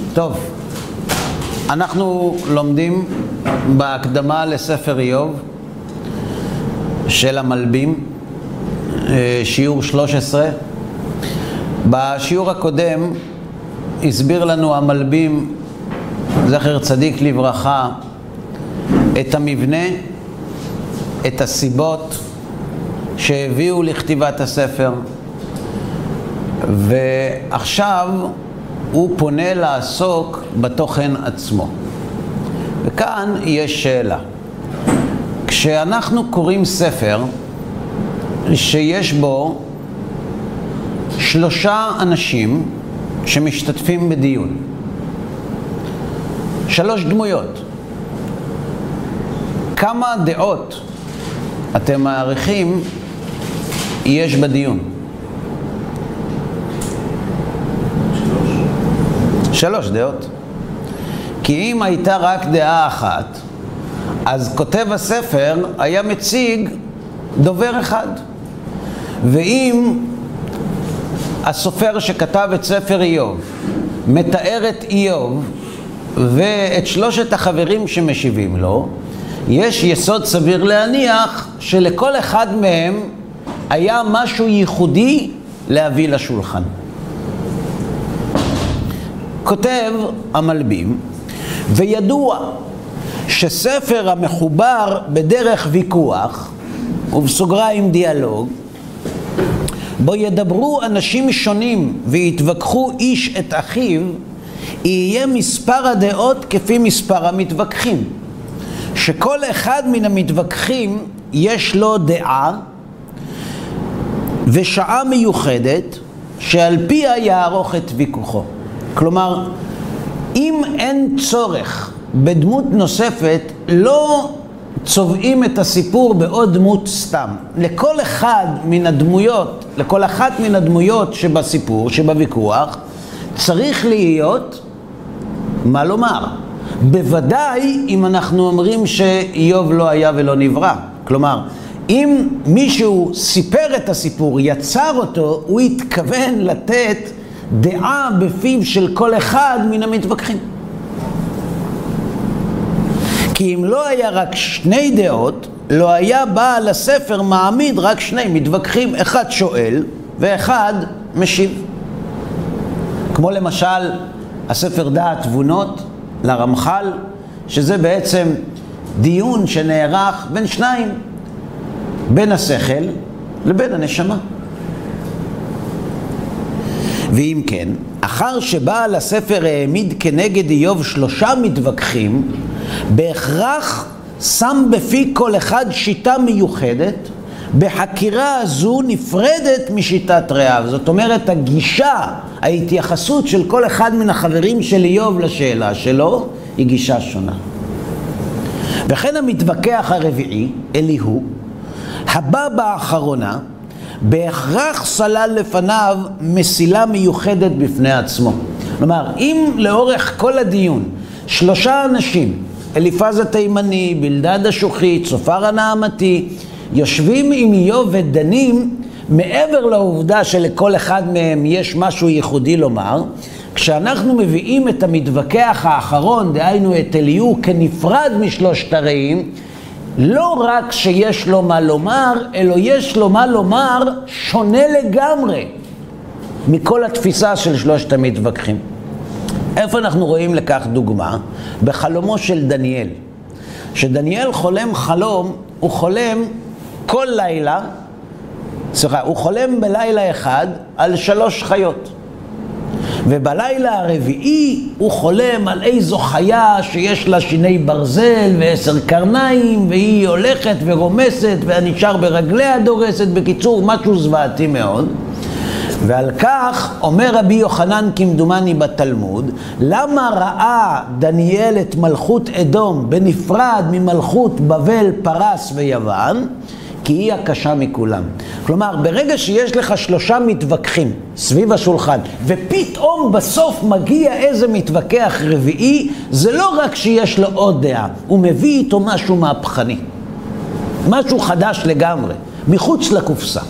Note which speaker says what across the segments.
Speaker 1: טוב, אנחנו לומדים בהקדמה לספר איוב של המלבים, שיעור 13. בשיעור הקודם הסביר לנו המלבים, זכר צדיק לברכה, את המבנה, את הסיבות שהביאו לכתיבת הספר, ועכשיו הוא פונה לעסוק בתוכן עצמו. וכאן יש שאלה. כשאנחנו קוראים ספר שיש בו 3 אנשים שמשתתפים בדיון, 3 דמויות, כמה דעות אתם מעריכים יש בדיון? 3 דעות. כי אם הייתה רק דעה אחת, אז כותב הספר היה מציג דובר אחד. ואם הסופר שכתב את ספר איוב מתאר את איוב ואת 3 החברים שמשיבים לו, יש יסוד סביר להניח שלכל אחד מהם היה משהו ייחודי להביא לשולחן. כותב המלבים, וידוע שספר המחובר בדרך ויכוח, ובסוגריים דיאלוג, בו ידברו אנשים שונים ויתווכחו איש את אחיו, יהיה מספר הדעות כפי מספר המתווכחים. שכל אחד מן המתווכחים יש לו דעה ושעה מיוחדת שעל פיה יערוך את ויכוחו. כלומר, אם אין צורך בדמות נוספת, לא צובעים את הסיפור בעוד דמות סתם. לכל אחת מן הדמויות שבסיפור, שבוויכוח, צריך להיות מה לומר. בוודאי אם אנחנו אומרים שאיוב לא היה ולא נברא. כלומר, אם מישהו סיפר את הסיפור, יצר אותו, הוא התכוון לתת דעה בפיו של כל אחד מן המתווכחים. כי אם לא היה רק 2 דעות, לא היה בעל הספר מעמיד רק 2 מתווכחים, אחד שואל ואחד משיב. כמו למשל הספר דעת תבונות לרמח"ל, שזה בעצם דיון שנערך בין 2, בין השכל לבין הנשמה. ואם כן, אחר שבעל הספר העמיד כנגד איוב 3 מתווכחים, בהכרח שם בפי כל אחד שיטה מיוחדת, בחקירה הזו נפרדת משיטת רעיו. זאת אומרת, הגישה, ההתייחסות של כל אחד מן החברים של איוב לשאלה שלו, היא גישה שונה. וכן המתווכח הרביעי, אליהו, הבא באחרונה, בהכרח סלל לפניו מסילה מיוחדת בפני עצמו. כלומר, אם לאורך כל הדיון 3 אנשים, אליפז התימני, בלדד השוחי, צופר הנעמתי, יושבים עם איוב ודנים, מעבר לעובדה שלכל אחד מהם יש משהו ייחודי לומר, כשאנחנו מביאים את המתווכח האחרון, דהיינו את אליהו, כנפרד מ3 הרעים, לא רק שיש לו מה לומר, אלא יש לו מה לומר שונה לגמרי מכל התפיסה של 3 המתווכחים. איפה אנחנו רואים לכך דוגמה? בחלומו של דניאל. שדניאל חולם חלום, הוא חולם כל לילה, הוא חולם בלילה אחד על 3 חיות. ובלילה הרביעי הוא חולם על איזו חיה שיש לה שיני ברזל ו10 קרניים, והיא הולכת ורומסת והנשאר ברגליה דורסת. בקיצור, משהו זוועתי מאוד. ועל כך אומר רבי יוחנן כמדומני בתלמוד, למה ראה דניאל את מלכות אדום בנפרד ממלכות בבל, פרס ויוון? כי היא הקשה מכולם. כלומר, ברגע שיש לך 3 מתווכחים סביב השולחן, ופתאום בסוף מגיע איזה מתווכח רביעי, זה לא רק שיש לו עוד דעה, הוא מביא איתו משהו מהפכני. משהו חדש לגמרי, מחוץ לקופסה.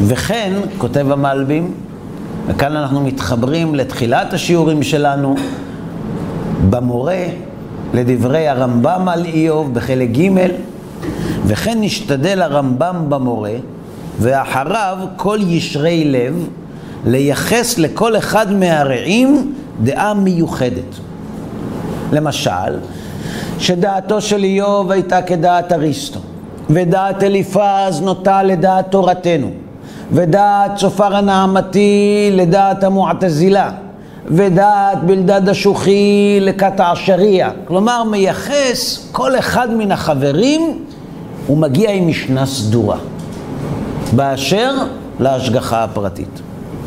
Speaker 1: וכן, כותב המלבים, וכאן אנחנו מתחברים לתחילת השיעורים שלנו, במורה, לדברי הרמב"ם על איוב בחלק ג', וכן נשתדל הרמב"ם במורה, ואחריו כל ישרי לב, לייחס לכל אחד מהרעים דעה מיוחדת. למשל, שדעתו של איוב הייתה כדעת אריסטו, ודעת אליפז נוטה לדעת תורתנו, ודעת צופר הנעמתי לדעת המועתזילה, ודעת בלדד השוחי לקטע השריעה. כלומר, מייחס כל אחד מן החברים ומגיע עם משנה סדורה באשר להשגחה הפרטית.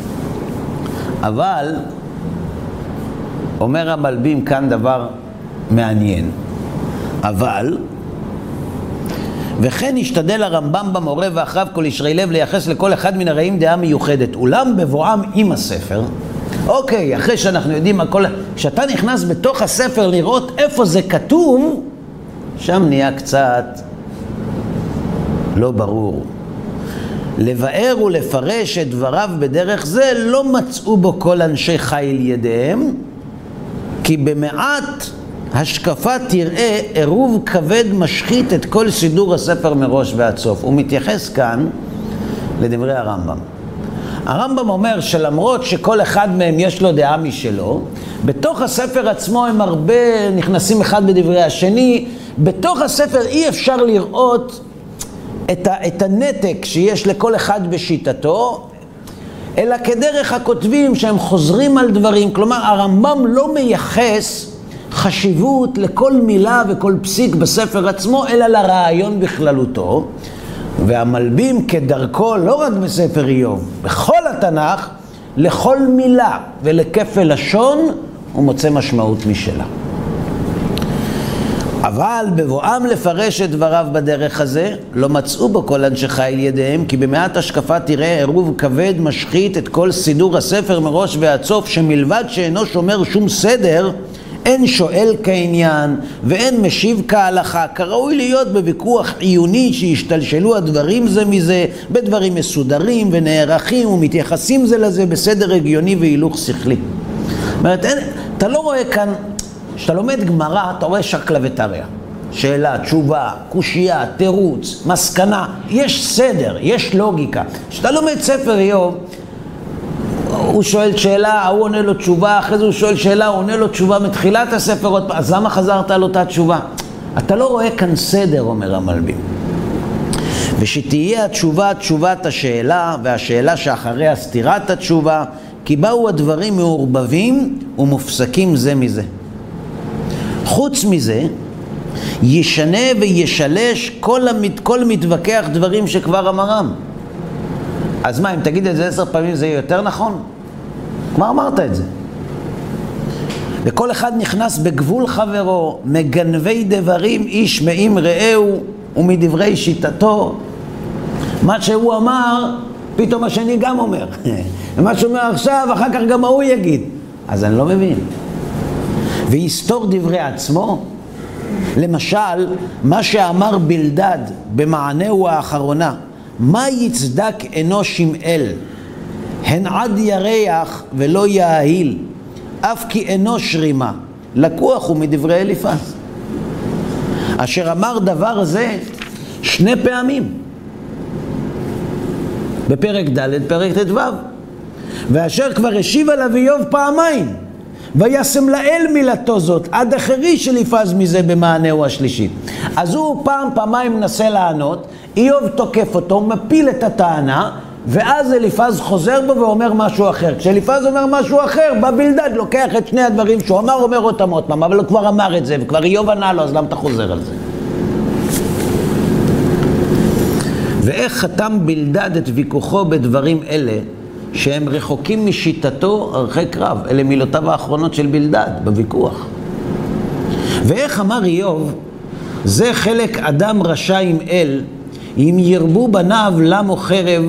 Speaker 1: אבל אומר המלבים כאן דבר מעניין. אבל וכן ישתדל הרמב"ם במורה ואחריו כל ישרי לב לייחס לכל אחד מן הרעים דעה מיוחדת. אולם בבואם עם הספר, אוקיי, אחרי שאנחנו יודעים הכל, כשאתה נכנס בתוך הספר לראות איפה זה כתוב, שם נהיה קצת לא ברור. לבאר ולפרש את דבריו בדרך זה לא מצאו בו כל אנשי חיל ידיהם, כי במעט השקפה תראה עירוב כבד משחית את כל סידור הספר מראש ועד סוף. הוא מתייחס כאן לדברי הרמב"ם. הרמב"ם אומר שלמרות שכל אחד מהם יש לו דעה משלו, בתוך הספר עצמו הם הרבה נכנסים אחד בדברי השני. בתוך הספר אי אפשר לראות את הנתק שיש לכל אחד בשיטתו, אלא כדרך הכותבים שהם חוזרים על דברים. כלומר, הרמב"ם לא מייחס חשיבות לכל מילה וכל פסיק בספר עצמו, אלא לרעיון בכללותו. והמלבים כדרכו, לא רק בספר איוב, בכל התנ"ך, לכל מילה ולכפל לשון הוא מוצא משמעות משלה. אבל בבואם לפרש את דבריו בדרך הזה, לא מצאו בו כל אנשי חיל ידיהם, כי במעט השקפה תראה עירוב כבד משחית את כל סידור הספר מראש ועד סוף, שמלבד שאינו שומר שום סדר, אין שואל כעניין ואין משיב כהלכה, כראוי להיות בוויכוח עיוני שישתלשלו הדברים זה מזה, בדברים מסודרים ונערכים ומתייחסים זה לזה בסדר הגיוני והילוך שכלי. זאת אומרת, אתה לא רואה כאן, כשאתה לומד גמרא, אתה רואה שקלא וטריא. שאלה, תשובה, קושייה, תירוץ, מסקנה, יש סדר, יש לוגיקה. כשאתה לומד ספר איוב, הוא שואל שאלה, הוא עונה לו תשובה, אחרי זה הוא שואל שאלה, הוא עונה לו תשובה מתחילת הספר עוד פעם, אז למה חזרת על אותה תשובה? אתה לא רואה כאן סדר, אומר המלבים. ושתהיה התשובה תשובת השאלה, והשאלה שאחריה סתירת התשובה, כי באו הדברים מעורבבים ומופסקים זה מזה. חוץ מזה, ישנה וישלש כל מתווכח דברים שכבר אמרם. אז מה, אם תגיד את זה 10 פעמים זה יהיה יותר נכון? כבר אמרת את זה. וכל אחד נכנס בגבול חברו, מגנבי דברים איש מעם רעהו ומדברי שיטתו. מה שהוא אמר, פתאום השני גם אומר. ומה שהוא אומר עכשיו, אחר כך גם הוא יגיד. אז אני לא מבין. ויסתור דברי עצמו. למשל, מה שאמר בלדד במענהו האחרונה, מה יצדק אנוש עם אל? הן עד ירח ולא יאהיל, אף כי אנוש רימה. לקוח הוא מדברי אליפז, אשר אמר דבר זה 2 פעמים. בפרק ד' פרק ט"ו. ואשר כבר השיב עליו איוב פעמיים, וישם לאל מילתו זאת, עד אחרי שליפז מזה במענהו השלישי. אז הוא פעמיים מנסה לענות, איוב תוקף אותו, הוא מפיל את הטענה, ואז אליפז חוזר בו ואומר משהו אחר. כשאליפז אומר משהו אחר, בא בלדד, לוקח את שני הדברים שהוא אמר, אומר אותם עוד פעם, אבל הוא כבר אמר את זה, וכבר איוב ענה לו, אז למה אתה חוזר על זה? ואיך חתם בלדד את ויכוחו בדברים אלה, שהם רחוקים משיטתו הרחק רב? אלה מילותיו האחרונות של בלדד בוויכוח. ואיך אמר איוב, זה חלק אדם רשע עם אל, אם ירבו בניו למו חרב,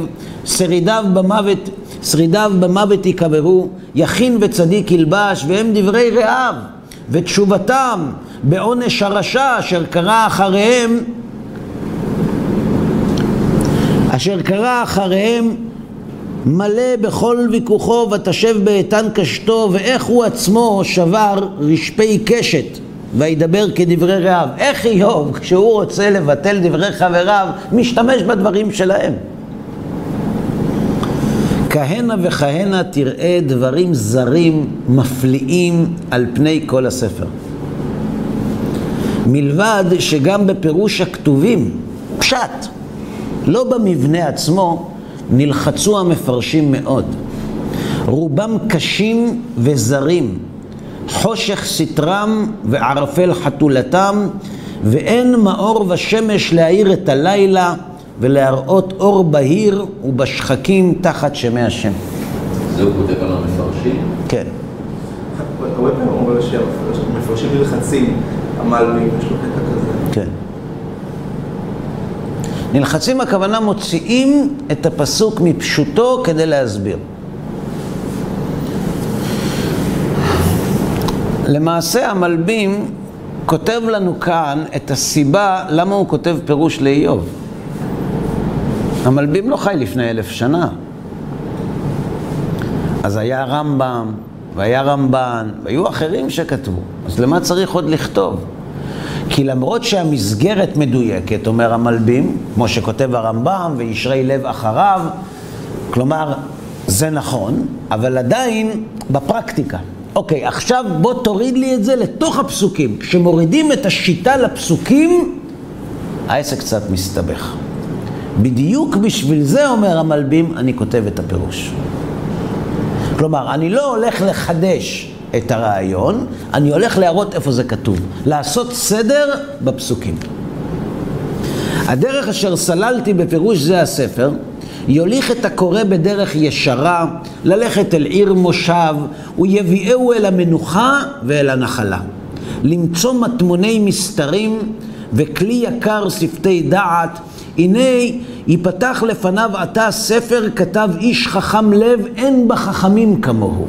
Speaker 1: שרידיו במוות יקברו, יכין וצדיק ילבש, והם דברי רעב, ותשובתם בעונש הרשע אשר קרא אחריהם מלא בכל ויכוחו ותשב באיתן קשתו, ואיך הוא עצמו שבר רשפי קשת וידבר כדברי רעב. איך איוב כשהוא רוצה לבטל דברי חבריו משתמש בדברים שלהם? כהנה וכהנה תראה דברים זרים מפליאים על פני כל הספר. מלבד שגם בפירוש הכתובים, פשט, לא במבנה עצמו, נלחצו המפרשים מאוד. רובם קשים וזרים, חושך סתרם וערפל חתולתם, ואין מאור ושמש להאיר את הלילה ולהראות אור בהיר ובשחקים תחת שמי השם.
Speaker 2: זה הוא כותב על המפרשים?
Speaker 1: כן.
Speaker 3: הרבה פעמים הוא אומר שהמפרשים נלחצים, המלבים, יש לו קטע כזה.
Speaker 1: כן. נלחצים הכוונה מוציאים את הפסוק מפשוטו כדי להסביר. למעשה המלבים כותב לנו כאן את הסיבה למה הוא כותב פירוש לאיוב. המלבים לא חי לפני 1000 שנה. אז היה רמב"ם, והיה רמב"ן, והיו אחרים שכתבו. אז למה צריך עוד לכתוב? כי למרות שהמסגרת מדויקת, אומר המלבים, כמו שכותב הרמב"ם, וישרי לב אחריו, כלומר, זה נכון, אבל עדיין בפרקטיקה. אוקיי, עכשיו בוא תוריד לי את זה לתוך הפסוקים. כשמורידים את השיטה לפסוקים, העסק קצת מסתבך. בדיוק בשביל זה, אומר המלבים, אני כותב את הפירוש. כלומר, אני לא הולך לחדש את הרעיון, אני הולך להראות איפה זה כתוב. לעשות סדר בפסוקים. הדרך אשר סללתי בפירוש זה הספר, יוליך את הקורא בדרך ישרה, ללכת אל עיר מושב, ויביאהו אל המנוחה ואל הנחלה. למצוא מטמוני מסתרים וכלי יקר שפתי דעת, הנה ייפתח לפניו עתה ספר כתב איש חכם לב, אין בחכמים כמוהו.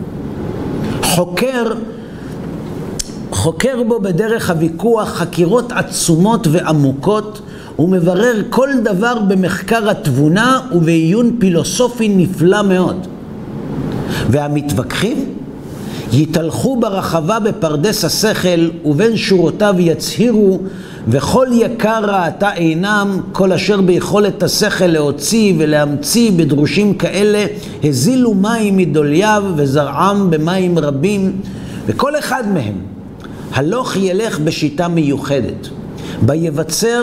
Speaker 1: חוקר בו בדרך הוויכוח חקירות עצומות ועמוקות, ומברר כל דבר במחקר התבונה ובעיון פילוסופי נפלא מאוד. והמתווכחים יתהלכו ברחבה בפרדס השכל, ובין שורותיו יצהירו, וכל יקר ראתה עינם, כל אשר ביכולת השכל להוציא ולהמציא בדרושים כאלה, הזילו מים מדולייו וזרעם במים רבים, וכל אחד מהם הלוך ילך בשיטה מיוחדת, ביבצר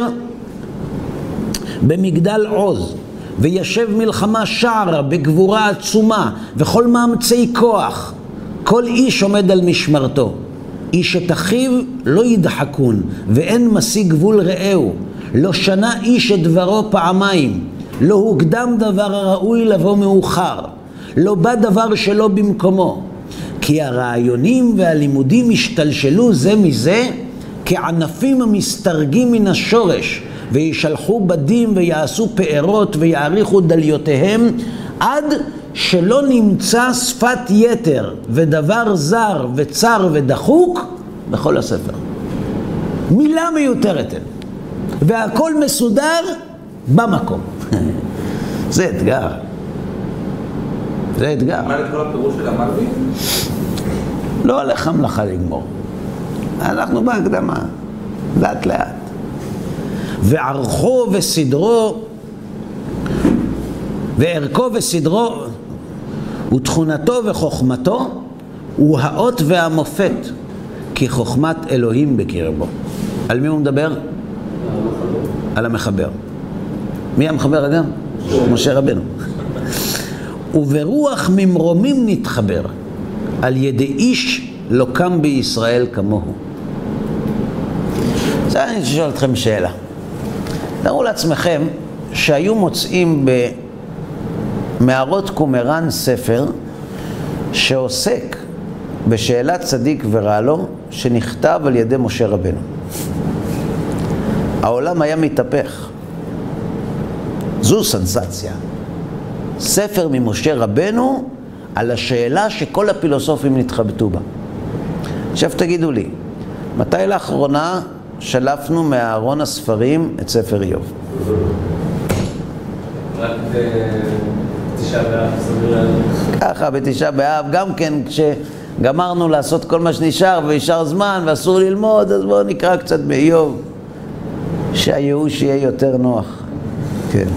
Speaker 1: במגדל עוז, וישב מלחמה שערה בגבורה עצומה, וכל מאמצי כוח, כל איש עומד על משמרתו. איש את אחיו לא ידחקון, ואין משיג גבול רעהו. לא שנה איש את דברו פעמיים, לא הוקדם דבר הראוי לבוא מאוחר, לא בא דבר שלא במקומו. כי הרעיונים והלימודים השתלשלו זה מזה, כענפים המסתרגים מן השורש, וישלחו בדים ויעשו פארות ויעריכו דליותיהם, עד שלא נמצא שפת יתר ודבר זר וצר ודחוק בכל הספר. מילה מיותרת אין. והכל מסודר במקום. זה אתגר. זה אתגר.
Speaker 3: מה את כל הפירוש של המלבים?
Speaker 1: לא הולך המלאכה לגמור. אנחנו בהקדמה. לאט לאט. וערכו וסדרו, וערכו וסדרו, ותכונתו וחוכמתו, הוא האות והמופת, כי חוכמת אלוהים בקרבו. על מי הוא מדבר? על המחבר. מי המחבר אגב? משה רבנו. וברוח ממרומים נתחבר, על ידי איש לא קם בישראל כמוהו. זה אני שואל אתכם שאלה. תראו לעצמכם שהיו מוצאים במערות קומראן ספר שעוסק בשאלת צדיק ורע לו, שנכתב על ידי משה רבנו. העולם היה מתהפך. זו סנסציה. ספר ממשה רבנו על השאלה שכל הפילוסופים נתחבטו בה. עכשיו תגידו לי, מתי לאחרונה שלפנו מארון הספרים את ספר איוב?
Speaker 3: רק 9 בתשעה באב, סביר להגיד.
Speaker 1: ככה, בתשעה באב, גם כן כשגמרנו לעשות כל מה שנשאר וישאר זמן ואסור ללמוד, אז בואו נקרא קצת באיוב, שהייאוש יהיה יותר נוח. כן.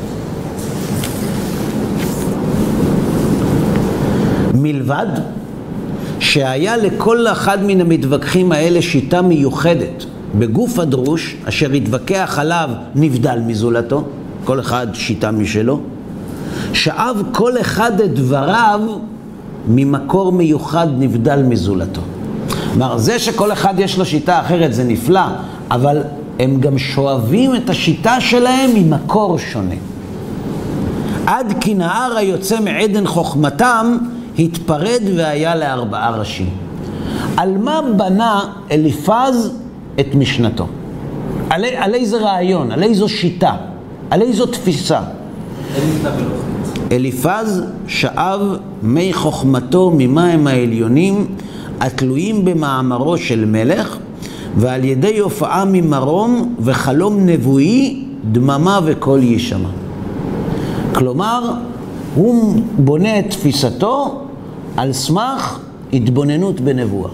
Speaker 1: מלבד שהיה לכל אחד מן המתווכחים האלה שיטה מיוחדת בגוף הדרוש, אשר התווכח עליו נבדל מזולתו, כל אחד שיטה משלו, שאב כל אחד את דבריו ממקור מיוחד נבדל מזולתו. כלומר, זה שכל אחד יש לו שיטה אחרת זה נפלא, אבל הם גם שואבים את השיטה שלהם ממקור שונה. עד כי נהר היוצא מעדן חוכמתם התפרד והיה לארבעה ראשים. על מה בנה אליפז את משנתו? על איזה רעיון, על איזו שיטה, על איזו תפיסה? אליפז שאב מי חוכמתו ממים העליונים התלויים במאמרו של מלך, ועל ידי הופעה ממרום וחלום נבואי דממה וקול יישמע. כלומר, הוא בונה את תפיסתו על סמך התבוננות בנבואה.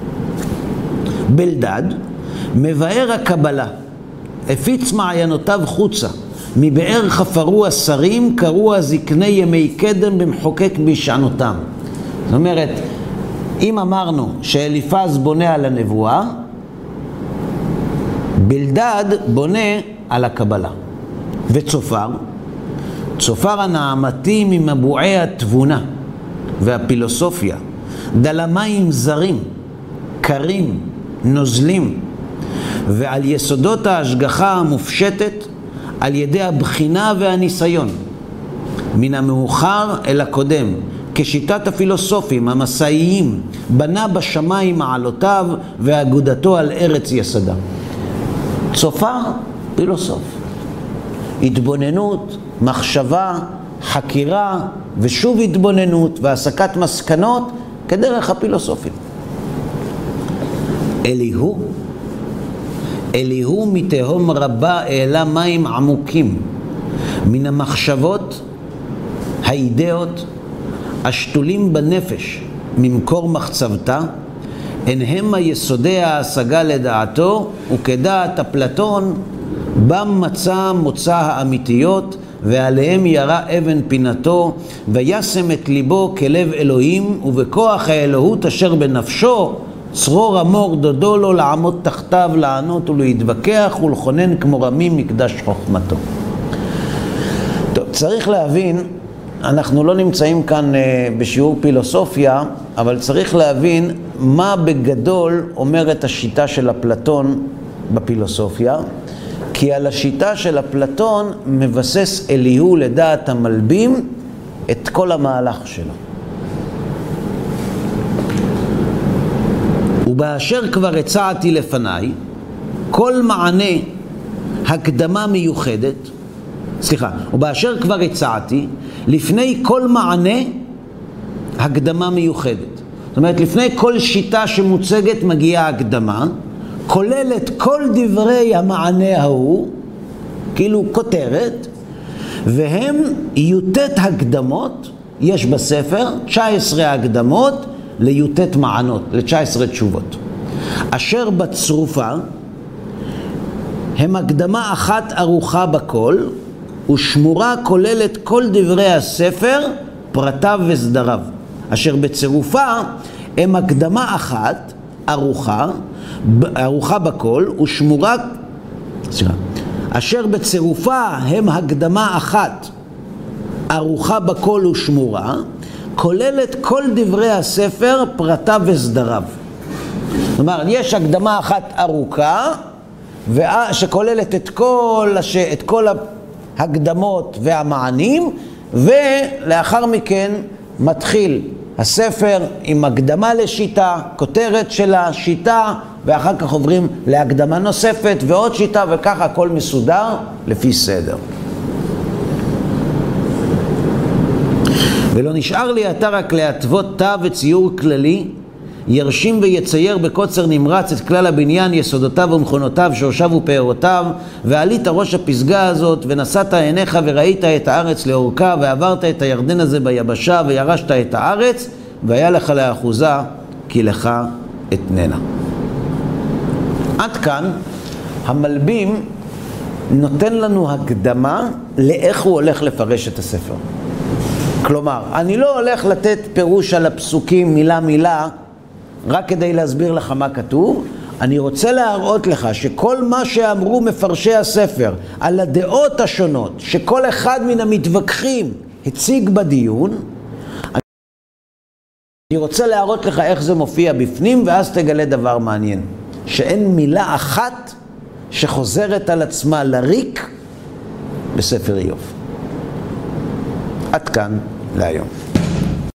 Speaker 1: בלדד מבאר הקבלה, הפיץ מעיינותיו חוצה, מבאר חפרו השרים, קראו הזקני ימי קדם במחוקק בשענותם. זאת אומרת, אם אמרנו שאליפז בונה על הנבואה, בלדד בונה על הקבלה. וצופר, צופר הנעמתי ממבועי התבונה והפילוסופיה, דלמים זרים, קרים, נוזלים, ועל יסודות ההשגחה המופשטת על ידי הבחינה והניסיון, מן המאוחר אל הקודם, כשיטת הפילוסופים המסעיים, בנה בשמיים מעלותיו ואגודתו על ארץ יסדה. צופר, פילוסוף. התבוננות, מחשבה, חקירה ושוב התבוננות והסקת מסקנות כדרך הפילוסופים. אליהו מתהום רבה העלה מים עמוקים מן המחשבות, האידאות, השתולים בנפש ממקור מחצבתה, הן הם היסודי ההשגה לדעתו, וכדעת אפלטון בם מצא מוצא האמיתיות, ועליהם ירה אבן פינתו, וישם את ליבו כלב אלוהים, ובכוח האלוהות אשר בנפשו צרור אמור דודו לו לעמוד תחתיו, לענות ולהתווכח ולכונן כמו רמים מקדש חוכמתו. טוב, צריך להבין, אנחנו לא נמצאים כאן בשיעור פילוסופיה, אבל צריך להבין מה בגדול אומרת השיטה של אפלטון בפילוסופיה, כי על השיטה של אפלטון מבסס אליהו לדעת המלבים את כל המהלך שלו. ובאשר כבר הצעתי לפניי, כל מענה הקדמה מיוחדת, ובאשר כבר הצעתי, לפני כל מענה הקדמה מיוחדת. זאת אומרת, לפני כל שיטה שמוצגת מגיעה הקדמה, כוללת כל דברי המענה ההוא, כאילו כותרת, והם יוטט הקדמות, יש בספר 19 הקדמות ליוטט מענות, ל-19 תשובות. אשר בצרופה הם הקדמה אחת ארוחה בכל, ושמורה כוללת כל דברי הספר, פרטיו וסדריו. אשר בצירופה הם הקדמה אחת ארוחה בכל, ושמורה, אשר בצירופה הם הקדמה אחת ארוחה בכל ושמורה, כוללת כל דברי הספר, פרטיו וסדריו. זאת אומרת, יש הקדמה אחת ארוכה, שכוללת את כל ההקדמות והמענים, ולאחר מכן מתחיל הספר עם הקדמה לשיטה, כותרת של השיטה, ואחר כך עוברים להקדמה נוספת ועוד שיטה, וככה הכל מסודר לפי סדר. ולא נשאר לי עתה רק להתוות תא וציור כללי ירשים ויצייר בקוצר נמרץ את כלל הבניין, יסודותיו ומכונותיו, שורשיו ופארותיו, ועלית ראש הפסגה הזאת, ונשאת עיניך וראית את הארץ לאורכה, ועברת את הירדן הזה ביבשה, וירשת את הארץ, והיה לך לאחוזה, כי לך אתננה. עד כאן המלבים נותן לנו הקדמה לאיך הוא הולך לפרש את הספר. כלומר, אני לא הולך לתת פירוש על הפסוקים מילה מילה, רק כדי להסביר לך מה כתוב. אני רוצה להראות לך שכל מה שאמרו מפרשי הספר על הדעות השונות שכל אחד מן המתווכחים הציג בדיון, אני רוצה להראות לך איך זה מופיע בפנים, ואז תגלה דבר מעניין, שאין מילה אחת שחוזרת על עצמה לריק בספר איוב. עד כאן להיום.